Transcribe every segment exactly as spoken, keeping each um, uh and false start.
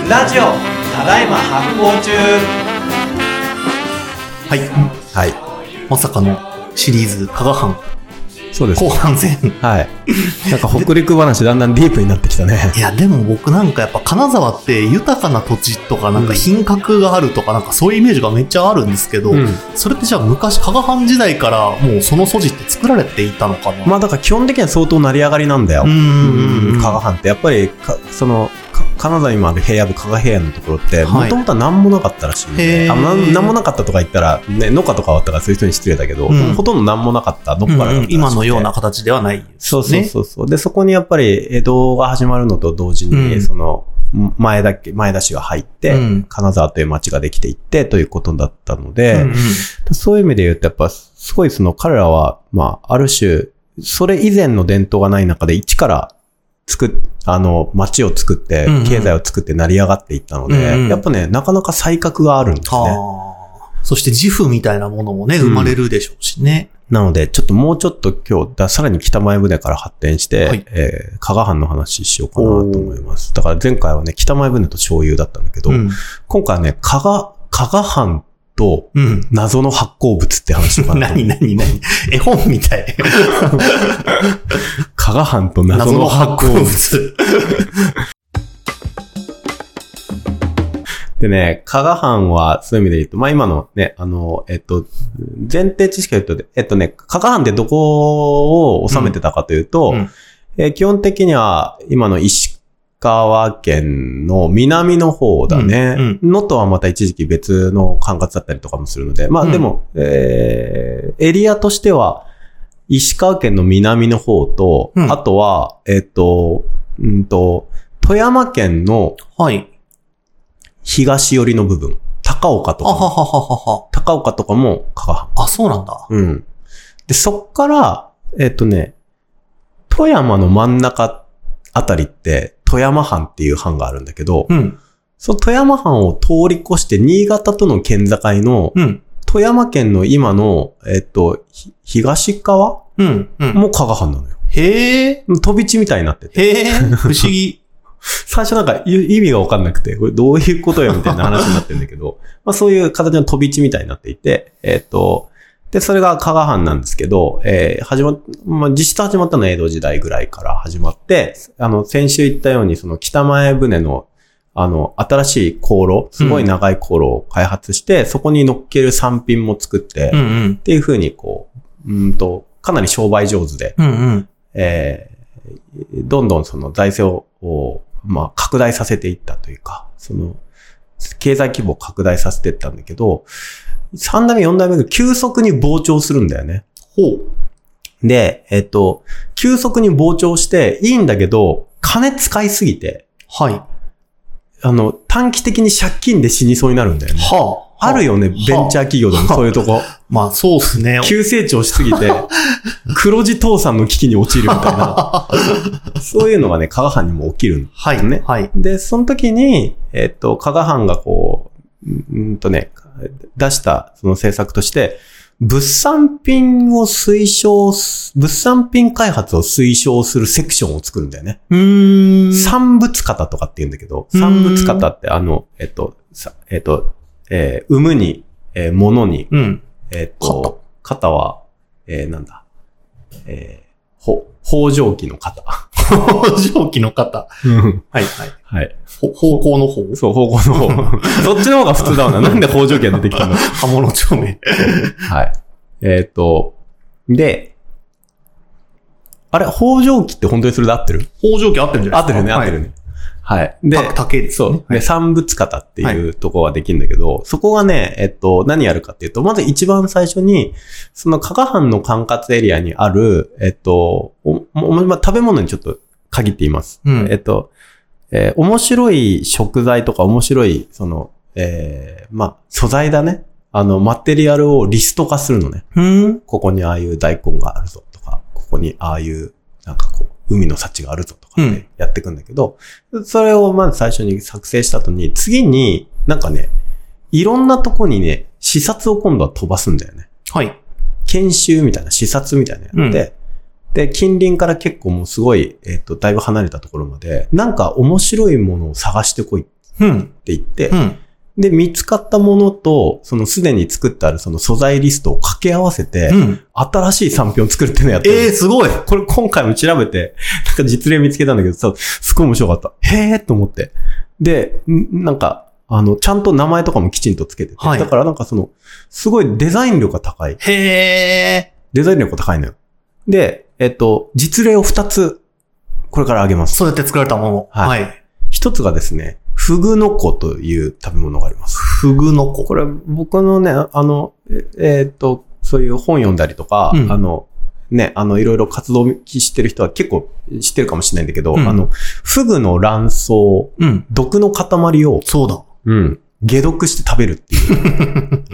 ラジオただいま発行中。はいはい。 まさかのシリーズ加賀藩そうです。 後半戦。 はい。なんか北陸話だんだんディープになってきたね。 いやでも僕なんかやっぱ金沢って豊かな土地とかなんか品格があるとかなんかそういうイメージがめっちゃあるんですけど、うん、それってじゃあ昔加賀藩時代からもうその素地って作られていたのかな。 まあだから基本的には相当成り上がりなんだよ。うんうんうん、加賀藩ってやっぱりかその金沢にもある平野部加賀平野のところってもともとは何もなかったらしいので、はい、あ何, 何もなかったとか言ったら、ね、農家とかあったからそういう人に失礼だけど、うん、ほとんど何もなかったどこからだったらしくて、うん、今のような形ではないですね。 そうそうそうそうでそこにやっぱり江戸が始まるのと同時に、うん、その前田前田氏が入って、うん、金沢という町ができていってということだったので、うんうん、そういう意味で言うとやっぱすごいその彼らはまあある種それ以前の伝統がない中で一から作っ、あの、町を作って、経済を作って成り上がっていったので、うんうん、やっぱね、なかなか才覚があるんですね。 そして自負みたいなものもね、生まれるでしょうしね。 うん、なので、ちょっともうちょっと今日、ださらに北前船から発展して、はい、えー、加賀藩の話しようかなと思います。だから前回はね、北前船と醤油だったんだけど、うん、今回はね、加賀、加賀藩と、謎の発酵物って話とかな。 何何何絵本みたい。 加賀藩と謎の発酵物。でね、加賀藩はそういう意味で言うと、まあ今のね、あの、えっと、前提知識を言うと、えっとね、加賀藩ってどこを治めてたかというと、うんうんえー、基本的には今の石川県の南の方だね。能、うん、登、うん、はまた一時期別の管轄だったりとかもするので。まあでも、うん、えー、エリアとしては、石川県の南の方と、うん、あとは、えっと、うんと、富山県の、はい。東寄りの部分。高岡とか。はははは。高岡とかも加賀藩。 あ、そうなんだ。 うん。で、そっから、えっとね、富山の真ん中あたりって、富山藩っていう藩があるんだけど、うん、その富山藩を通り越して新潟との県境の、うん、富山県の今の、えっと、東側、うんうん、も加賀藩なのよ。 へー。 飛び地みたいになってて。 へー。不思議。 最初なんか意味がわかんなくて、これどういうことやみたいな話になってるんだけど、まあそういう形の飛び地みたいになっていて、えっと、で、それが加賀藩なんですけど、えー、始まっ、まあ、実質始まったのは江戸時代ぐらいから始まって、あの、先週言ったように、その北前船の、あの、新しい航路、すごい長い航路を開発して、うん、そこに乗っける産品も作って、うんうん、っていう風にこう、うんと、かなり商売上手で、うんうん、えー、どんどんその財政を、まあ、拡大させていったというか、その、経済規模を拡大させていったんだけど、三代目、四代目が急速に膨張するんだよね。ほう。で、えっと、急速に膨張していいんだけど、金使いすぎて。はい。あの、短期的に借金で死にそうになるんだよね。はあ。あるよね、はあ、ベンチャー企業でもそういうとこ。はあ、 まあ、そうですね。 急成長しすぎて、黒字倒産の危機に陥るみたいな。そういうのがね、加賀藩にも起きるんですね。はい。はい。で、その時に、えっと、加賀藩がこう、うんとね、出したその政策として、物産品を推奨、物産品開発を推奨するセクションを作るんだよね。うーん。産物型とかって言うんだけど、産物型ってあの、えっと、えっと、えー、産むに、えー、物に、うん、えっと、型は、えー、なんだ、えー、ほ、方丈記の型。 方丈記の型。はいはい。はい。方向の方そう、方向の方。そっちの方が普通だわな。なんで方丈記が出てきたの刃物丁目。 はい。えっと、で、あれ、方丈記って本当にそれで合ってる？ 方丈記合ってるんじゃないですか？ 合ってるね、合ってるね。はい。で、 竹ですね。 そう。で、産物型っていうところができるんだけど、はい、そこがね、えっと、何やるかっていうと、まず一番最初に、その加賀藩の管轄エリアにある、えっと、おまあ、食べ物にちょっと限っています。うん、えっと、えー、面白い食材とか面白い、その、えー、まあ、素材だね。あの、マテリアルをリスト化するのね。うん、ここにああいう大根があるぞとか、ここにああいう、なんかこう、海の幸があるぞとかね、やっていくんだけど、うん、それをまず最初に作成した後に、次になんかね、いろんなとこにね、視察を今度は飛ばすんだよね。はい。研修みたいな、視察みたいなやって、うん、で、近隣から結構もうすごい、えっと、だいぶ離れたところまで、なんか面白いものを探してこいってって言って、 うんうんで、見つかったものと、そのすでに作ってあるその素材リストを掛け合わせて、うん、新しい産品を作るっていうのをやってる。 ええー、すごい。 これ今回も調べて、なんか実例見つけたんだけどさ、すごい面白かった。へーと思って。で、なんか、あの、ちゃんと名前とかもきちんとつけてて、はい、だからなんかその、すごいデザイン力が高い。 へー。 デザイン力が高いのよ。で、えっと、実例を二つ、これからあげます。 そうやって作られたもの。 はい。はい、一つがですね、フグノコという食べ物があります。 フグノコ。 これ僕のね、あの、えー、っと、そういう本読んだりとか、うん、あの、ね、あの、いろいろ活動してる人は結構知ってるかもしれないんだけど、うん、あの、フグの卵巣、うん、毒の塊を、 そうだ。 うん。解毒して食べるっていう。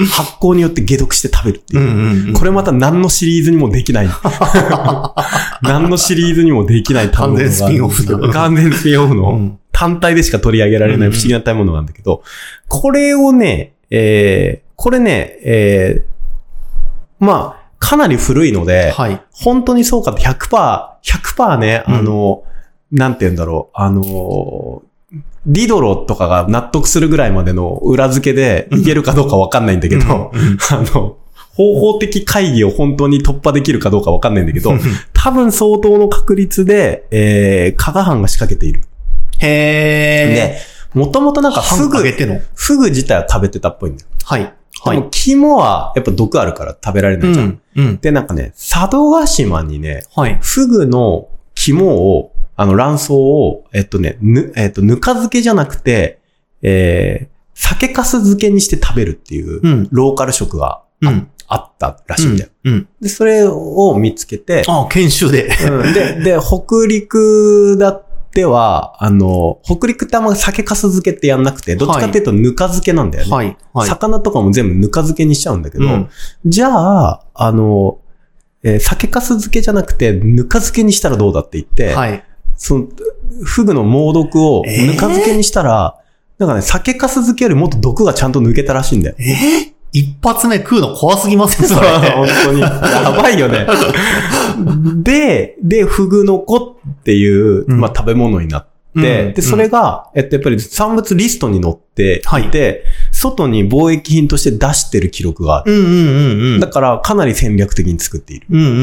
発酵によって解毒して食べるっていう。うんうんうん、これまた何のシリーズにもできない。何のシリーズにもできない食べ物が。 完全スピンオフだ。 完全スピンオフの。うん単体でしか取り上げられない不思議な食べ物なんだけど、うん、これをね、えー、これね、えー、まあ、かなり古いので、はい、本当にそうかって ひゃくパーセント、ひゃくパーセント ね、うん、あの、なんて言うんだろう、あの、ディドロとかが納得するぐらいまでの裏付けでいけるかどうかわかんないんだけど、うん、あの、方法的会議を本当に突破できるかどうかわかんないんだけど、多分相当の確率で、えー、加賀藩が仕掛けている。 へー。 で、もともとなんかフグ、フグ自体は食べてたっぽいんだよ。 はい。はい。 でも肝はやっぱ毒あるから食べられないじゃん。うん。うん、で、なんかね、佐渡島にね、はい。フグの肝を、あの卵巣を、えっとね、ぬ、えっと、ぬか漬けじゃなくて、えー、酒粕漬けにして食べるっていう、うん、ローカル食があ、うん、あったらしいんだよ。うん。うん、で、それを見つけて、 ああ、研修で。 うん。で、で、北陸だって、では、あの、北陸ってあんま酒粕漬けってやんなくて、どっちかっていうとぬか漬けなんだよね。はい。はい、魚とかも全部ぬか漬けにしちゃうんだけど、うん、じゃあ、あの、えー、酒粕漬けじゃなくてぬか漬けにしたらどうだって言って、はい。その、フグの猛毒をぬか漬けにしたら、えー、なんかね、酒粕漬けよりもっと毒がちゃんと抜けたらしいんだよ。 えー一発目食うの怖すぎませんそれ。 本当に。やばいよね。で、で、フグノコっていう、まあ、食べ物になって、うん、で、それが、えっと、やっぱり産物リストに載っていて、はい、外に貿易品として出してる記録がある。うんうんうんうん、だから、かなり戦略的に作っている。うんうんうんうん、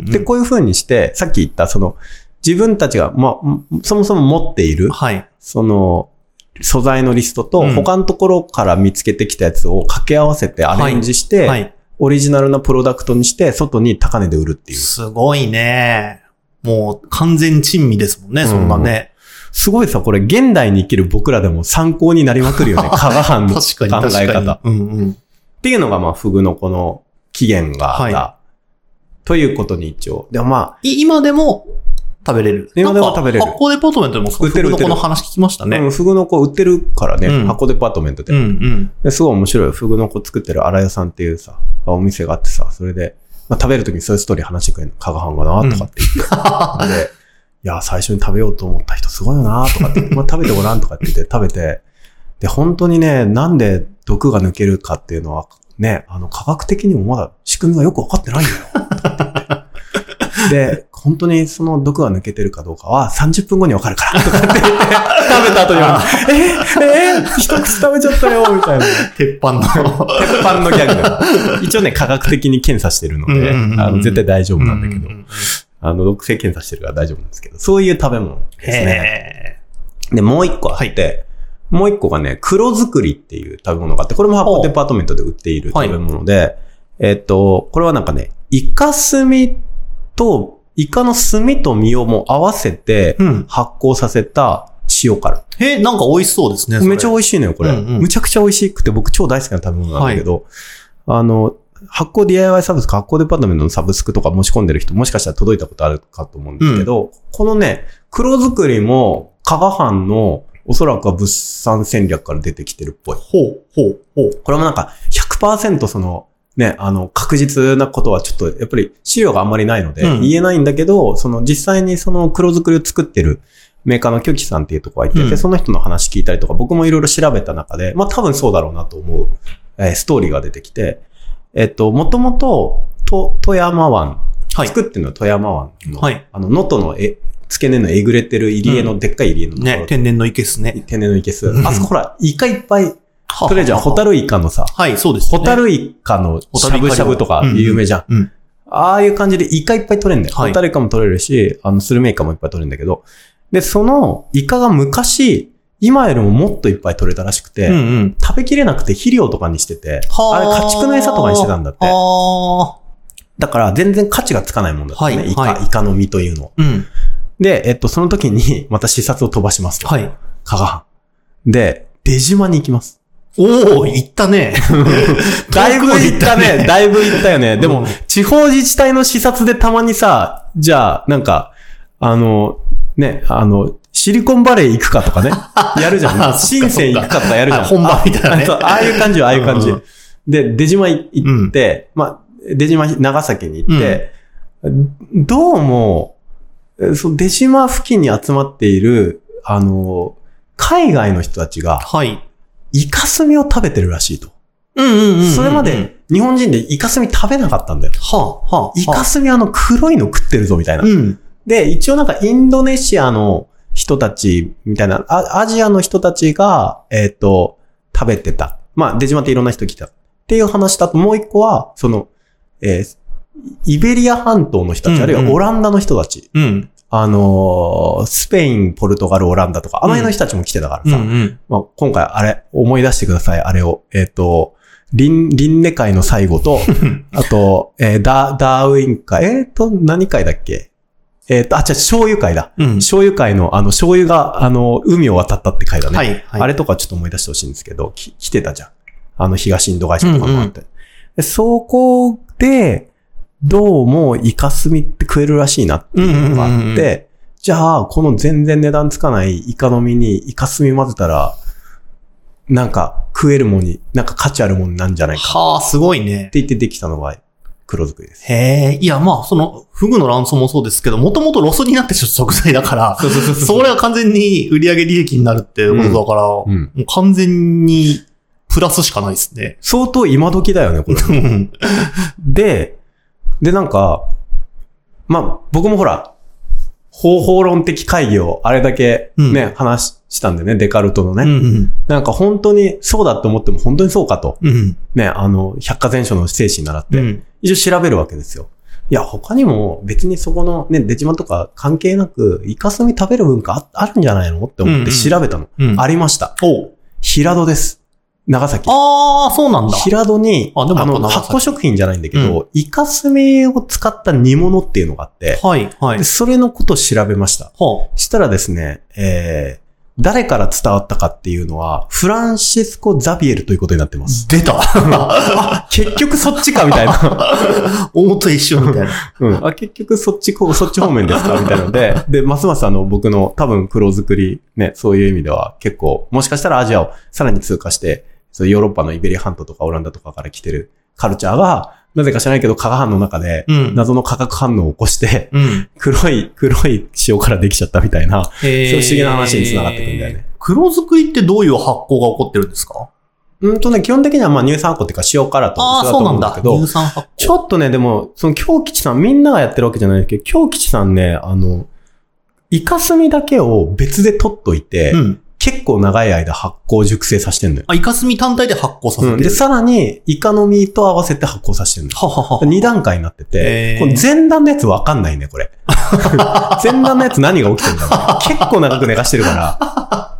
で、こういう風にして、さっき言った、その、自分たちが、まあ、そもそも持っている、はい、その、素材のリストと、他のところから見つけてきたやつを掛け合わせてアレンジして、はいはい、オリジナルなプロダクトにして、外に高値で売るっていう。 すごいね。もう完全珍味ですもんね、うん、そんなね。 すごいさ、これ現代に生きる僕らでも参考になりまくるよね。加賀藩の考え方。うんうん、っていうのが、まあ、フグのこの起源があった。はい、ということに一応。でもまあ。 今でも、食べれる。 今でも食べれる。 発酵デパートメントでもフグの子の話聞きましたね。 うん、フグの子売ってるからね、うん、発酵デパートメントで。うんうん、ですごい面白い。フグの子作ってる荒屋さんっていうさ、お店があってさ、それで、まあ、食べるときにそういうストーリー話してくれるの、加賀藩がなとかって言って。うん、で、いや、最初に食べようと思った人すごいよなとかって、まあ、食べてごらんとかって言って食べて、で、本当にね、なんで毒が抜けるかっていうのは、ね、あの、科学的にもまだ仕組みがよくわかってないんだよ。で、本当にその毒が抜けてるかどうかはさんじゅっぷんごにわかるからとかって言って食べた後にはええー、一口食べちゃったよみたいな鉄板の鉄板のギャグ一応ね科学的に検査してるので、うんうんうん、あの絶対大丈夫なんだけど、うんうんうん、あの毒性検査してるから大丈夫なんですけどそういう食べ物ですね。でもう一個あって、はい、もう一個がね黒作りっていう食べ物があってこれも発酵デパートメントで売っている食べ物で、はい、えっとこれはなんかねイカ墨と、イカの炭と身をも合わせて発酵させた塩辛。うん、 え、なんか美味しそうですね。 めっちゃ美味しいのよ、これ。うんうん、むちゃくちゃ美味しくて僕超大好きな食べ物なんだけど、はい、あの、発酵 ディーアイワイ サブスク、発酵デパートメントのサブスクとか持ち込んでる人、もしかしたら届いたことあるかと思うんですけど、うん、このね、黒作りも加賀藩のおそらくは物産戦略から出てきてるっぽい。 ほう、ほう、ほう。 これもなんか ひゃくパーセント その、ね、あの、確実なことはちょっと、やっぱり資料があんまりないので、言えないんだけど、うん、その実際にその黒作りを作ってるメーカーのキョキさんっていうところがいて、うん、で、その人の話聞いたりとか、僕もいろいろ調べた中で、まあ多分そうだろうなと思う、えー、ストーリーが出てきて、えっと、もともと、と、富山湾、はい、作ってるのは富山湾の、はい、あの、能登のえ、 付け根のえぐれてる入り江の、うん、でっかい入り江のところ。 ね、天然の池っすね。 天然の池っす。あそこほら、イカいっぱい、とりあえずホタルイカのさ、 はい、そうですね。 ホタルイカのしゃぶしゃぶとか有名じゃん。うんうん、ああいう感じでイカいっぱい取れるんだよ。はい、ホタルイカも取れるし、あの、スルメイカもいっぱい取れるんだけど、で、そのイカが昔、今よりももっといっぱい取れたらしくて、うんうん、食べきれなくて肥料とかにしてて、あれ家畜の餌とかにしてたんだって。だから全然価値がつかないもんだったね、はい、イカ、はい、イカの実というの。うん、で、えっと、その時にまた視察を飛ばしますと。はい。加賀藩。で、出島に行きます。 おー、行ったね。 だいぶ行ったね。だいぶ行ったよね。でも、うん、地方自治体の視察でたまにさ、じゃあ、なんか、あの、ね、あの、シリコンバレー行くかとかね。やるじゃん。深セン行くかとかやるじゃん。 本場みたいなね。 ああいう感じよ、ああいう感じ。うん、で、出島行って、うん、まあ、出島、長崎に行って、うん、どうも、そ出島付近に集まっている、あの、海外の人たちが、はい。イカスミを食べてるらしいと。 うんうんうんうんうん。 それまで日本人でイカスミ食べなかったんだよ。はあ、はあ。イカスミあの黒いの食ってるぞみたいな。うん。で、一応なんかインドネシアの人たちみたいな、ア, アジアの人たちが、えっと、食べてた。まあ、出島っていろんな人来た。っていう話だともう一個は、その、えー、イベリア半島の人たち、うんうん、あるいはオランダの人たち。うん。あのー、スペイン、ポルトガル、オランダとか、あの辺の人たちも来てたからさ。うんうんうんまあ、今回あれ、思い出してください、あれを。えっ、ー、と、リン、リンネ会の最後と、あと、えー、ダ、ダーウィン会、えっ、ー、と、何会だっけえっ、ー、と、あ、じゃ醤油会だ。うん、醤油会の、あの、醤油が、あの、海を渡ったって会だね。はい、はい。あれとかちょっと思い出してほしいんですけど、き来てたじゃん。あの、東インド会社とかもあって。うんうん、でそこで、どうもイカスミって食えるらしいなっていうのがあって、うんうんうんうん、じゃあ、この全然値段つかないイカの実にイカスミ混ぜたら、なんか食えるもんに、なんか価値あるもんなんじゃないか。 はあ、すごいね。 って言ってできたのが黒作りです。 へえ。いや、まあ、その、フグの卵巣もそうですけど、もともとロスになってる食材だから、そうそうそうそうそれは完全に売上利益になるってことだから、うんうん、もう完全にプラスしかないですね。 相当今時だよね、これ。で、で、なんか、まあ、僕もほら、方法論的会議をあれだけね、うん、話したんでね、デカルトのね、うんうん。なんか本当にそうだと思っても本当にそうかと。うん、ね、あの、百科全書の精神習って、うん、一応調べるわけですよ。いや、他にも別にそこのね、出島とか関係なく、イカスミ食べる文化 あ, あるんじゃないのって思って調べたの。うんうん、ありました。お平戸です。長崎。 ああ、そうなんだ。 平戸に、あ、でもあの、発酵食品じゃないんだけど、うん、イカスミを使った煮物っていうのがあって、はい、はい。でそれのことを調べました。はあ、したらですね、えー、誰から伝わったかっていうのは、フランシスコ・ザビエルということになってます。 出たあ、結局そっちかみたいな。 大と一緒みたいな。 うん。あ、結局そっち、そっち方面ですかみたいなので、で、ますますあの、僕の多分黒作り、ね、そういう意味では結構、もしかしたらアジアをさらに通過して、そうヨーロッパのイベリア半島とかオランダとかから来てるカルチャーが、なぜか知らないけど、加賀藩の中で、謎の化学反応を起こして、うん、黒い、黒い塩からできちゃったみたいな、そういう不思議な話に繋がってくるんだよね。 黒作りってどういう発酵が起こってるんですか？ うんとね、基本的にはまあ乳酸発酵っていうか塩辛と一緒だと思うんだけど、乳酸発酵。ちょっとね、でも、その京吉さん、みんながやってるわけじゃないけど、京吉さんね、あの、イカスミだけを別で取っといて、うん結構長い間発酵熟成させてんのよ。 あ、イカスミ単体で発酵させてる、うん。 で、さらに、イカの実と合わせて発酵させてるの。ははは。に段階になってて、この前段のやつわかんないね、これ。前段のやつ何が起きてるんだろう。結構長く寝かしてるから、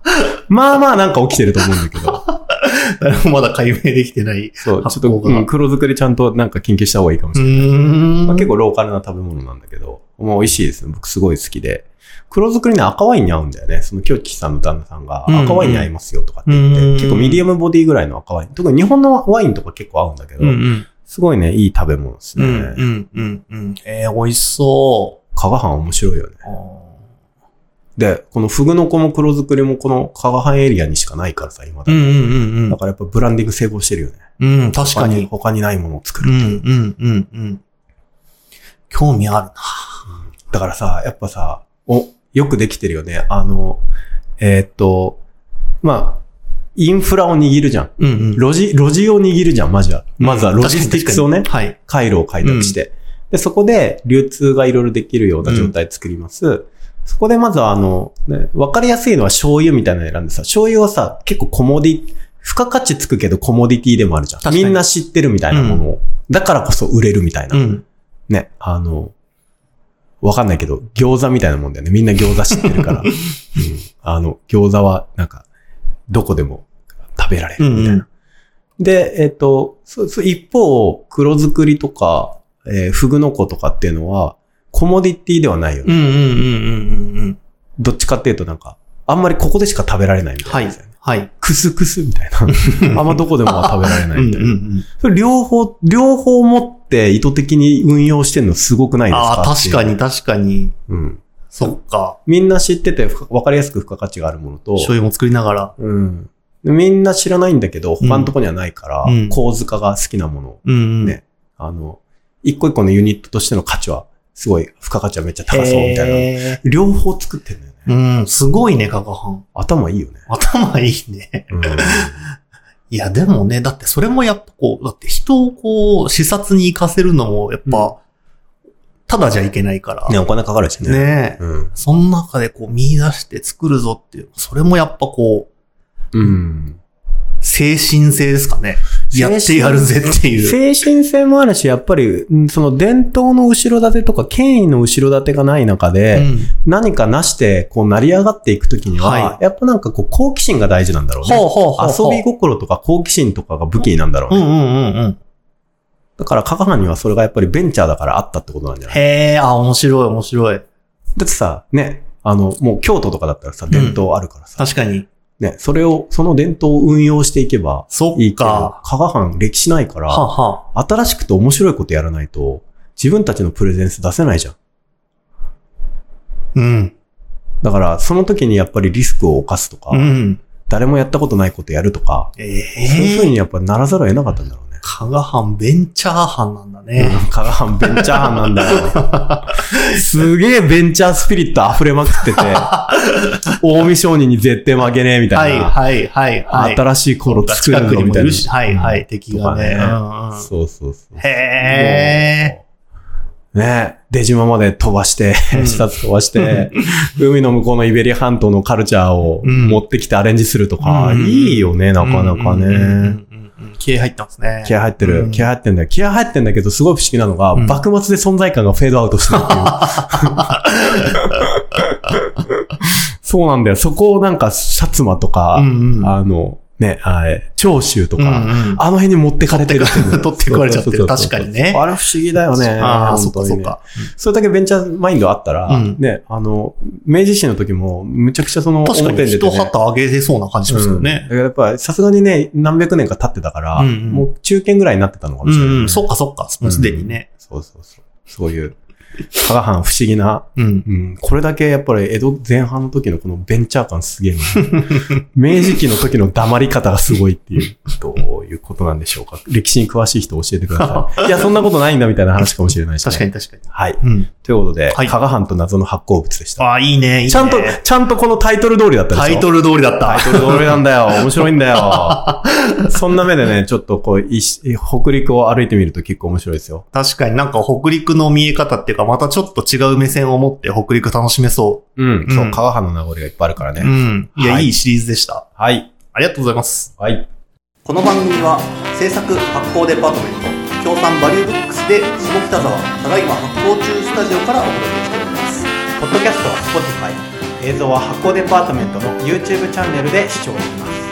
まあまあなんか起きてると思うんだけど。 誰もまだ解明できてない。 そう、ちょっと、うん、黒作りちゃんとなんか研究した方がいいかもしれない。うーん、まあ、結構ローカルな食べ物なんだけど、もう美味しいですね。僕すごい好きで。黒作りね、赤ワインに合うんだよね。その京吉さんの旦那さんが赤ワインに合いますよとかって言って、うんうん、結構ミディアムボディぐらいの赤ワイン。特に日本のワインとか結構合うんだけど、うんうん、すごいね、いい食べ物ですね。うんうんうんうん、 えー、美味しそう。 加賀藩面白いよね。で、このフグの子も黒作りもこの加賀藩エリアにしかないからさ、今だと、うんうんうんうん。だからやっぱブランディング成功してるよね。 うん、確かに。 他に、他にないものを作るっていう。 うんうんうんうん。興味あるな、 うん。だからさ、やっぱさ、お、よくできてるよね。あの、えー、っと、まあ、インフラを握るじゃん。うんうん、ロジ、ロジを握るじゃん、まずは。まずはロジスティックスをね、はい、回路を開拓して、うん。で、そこで流通がいろいろできるような状態作ります。うん、 そこでまずはあの、ね、わかりやすいのは醤油みたいなの選んでさ、醤油はさ、結構コモディ、付加価値つくけどコモディティでもあるじゃん。みんな知ってるみたいなものを、うん。だからこそ売れるみたいな。うん、ね、あの、わかんないけど、餃子みたいなもんだよね。みんな餃子知ってるから。うん、あの、餃子はなんか、どこでも食べられるみたいな。うんうん、で、えっと、一方、黒作りとか、えー、フグの子とかっていうのは、コモディティではないよね。うんうんうんうんうん。どっちかっていうとなんか、あんまりここでしか食べられないみたいな、ね。はい。はい。クスクスみたいな。あんまどこでも食べられないみたいな。うんうんうん、それ両方、両方持って意図的に運用してんのすごくないですか？ ああ、確かに確かに。うん。そっか。 みんな知ってて分かりやすく付加価値があるものと。 醤油も作りながら。 うん。みんな知らないんだけど、他のとこにはないから、うん、構図化が好きなもの。うん、ね。あの、一個一個のユニットとしての価値は、すごい、付加価値はめっちゃ高そうみたいな。両方作ってんだよね。 うん、すごいね、加賀藩。 頭いいよね。 頭いいね。うん、いや、でもね、だってそれもやっぱこう、だって人をこう、視察に行かせるのも、やっぱ、うん、ただじゃいけないから。 ね、お金かかるしね。 ね、うん。その中でこう見出して作るぞっていう、それもやっぱこう、うん。精神性ですかね。やってやるぜっていう。 精神性もあるし、やっぱり、その伝統の後ろ盾とか権威の後ろ盾がない中で、うん、何かなして、こう成り上がっていくときには、はい、やっぱなんかこう好奇心が大事なんだろうね。ほうほうほうほう。遊び心とか好奇心とかが武器なんだろうね。うんうんうんうん。だから、加賀藩にはそれがやっぱりベンチャーだからあったってことなんじゃない？ へー、あ、面白い面白い。だってさ、ね、あの、もう京都とかだったらさ、伝統あるからさ。 うん、確かに。 ね、それを、その伝統を運用していけばいいけど、加賀藩歴史ないから、はは新しくて面白いことやらないと、自分たちのプレゼンス出せないじゃん。うん。だから、その時にやっぱりリスクを冒すとか、うん、誰もやったことないことやるとか、えー、そういう風にやっぱならざるを得なかったんだろうね。 加賀藩ベンチャー藩なんだね。 うん、加賀藩ベンチャー藩なんだよ、ね。すげえベンチャースピリット溢れまくってて、近江商人に絶対負けねえみたいな。はいはいはい、はい。新しい頃作るのみたいな。 はいはい、敵がね。うんうん、 そうそうそう。 へー。 ね、出島まで飛ばして、視察飛ばして、海の向こうのイベリア半島のカルチャーを持ってきてアレンジするとか、うん、いいよね、なかなかね。うんうんうん気合入ってますね。 気合入ってる。うん、気合入ってんだよ。気合入ってんだけど、すごい不思議なのが、うん、幕末で存在感がフェードアウトしてるっていう。そうなんだよ。そこをなんか、薩摩とか、うんうん、あの、ね、あれ、長州とか、うんうん、あの辺に持ってかれてるっていう。 取ってこられちゃってる。確かにね。 あれ不思議だよね。 ああ、そっかそっか。 それだけベンチャーマインドあったら、うん、ね、あの、明治維新の時も、むちゃくちゃその、 確かに一旗上げてそうな感じしますよね。 うん、やっぱりさすがにね、何百年か経ってたから、うんうん、もう中堅ぐらいになってたのかもしれない、ね。うん、 そっかそっか、もうすでにね、 うん。そうそうそう。そういう。加賀藩不思議な、うんうん、これだけやっぱり江戸前半の時のこのベンチャー感すげえ明治期の時の黙り方がすごいっていうどういうことなんでしょうか。歴史に詳しい人教えてください。いやそんなことないんだみたいな話かもしれないし、ね、 確かに確かに。 はい、うん、ということで、はい、加賀藩と謎の発酵物でした。 ああいいねいいね。 ちゃんとちゃんとこのタイトル通りだったでしょ。 タイトル通りだった。 タイトル通りなんだよ。面白いんだよ。そんな目でねちょっとこう北陸を歩いてみると結構面白いですよ。 確かになんか北陸の見え方っていうかまたちょっと違う目線を持って北陸楽しめそう。 うん。うん、そう、加賀藩の名残がいっぱいあるからね。 うん。いや、はい、いいシリーズでした。 はい。 ありがとうございます。 はい。 この番組は、制作発行デパートメント、協賛バリューブックスで、下北沢、ただいま発行中スタジオからお届けしております。ポッドキャストは Spotify、映像は発行デパートメントの YouTube チャンネルで視聴できます。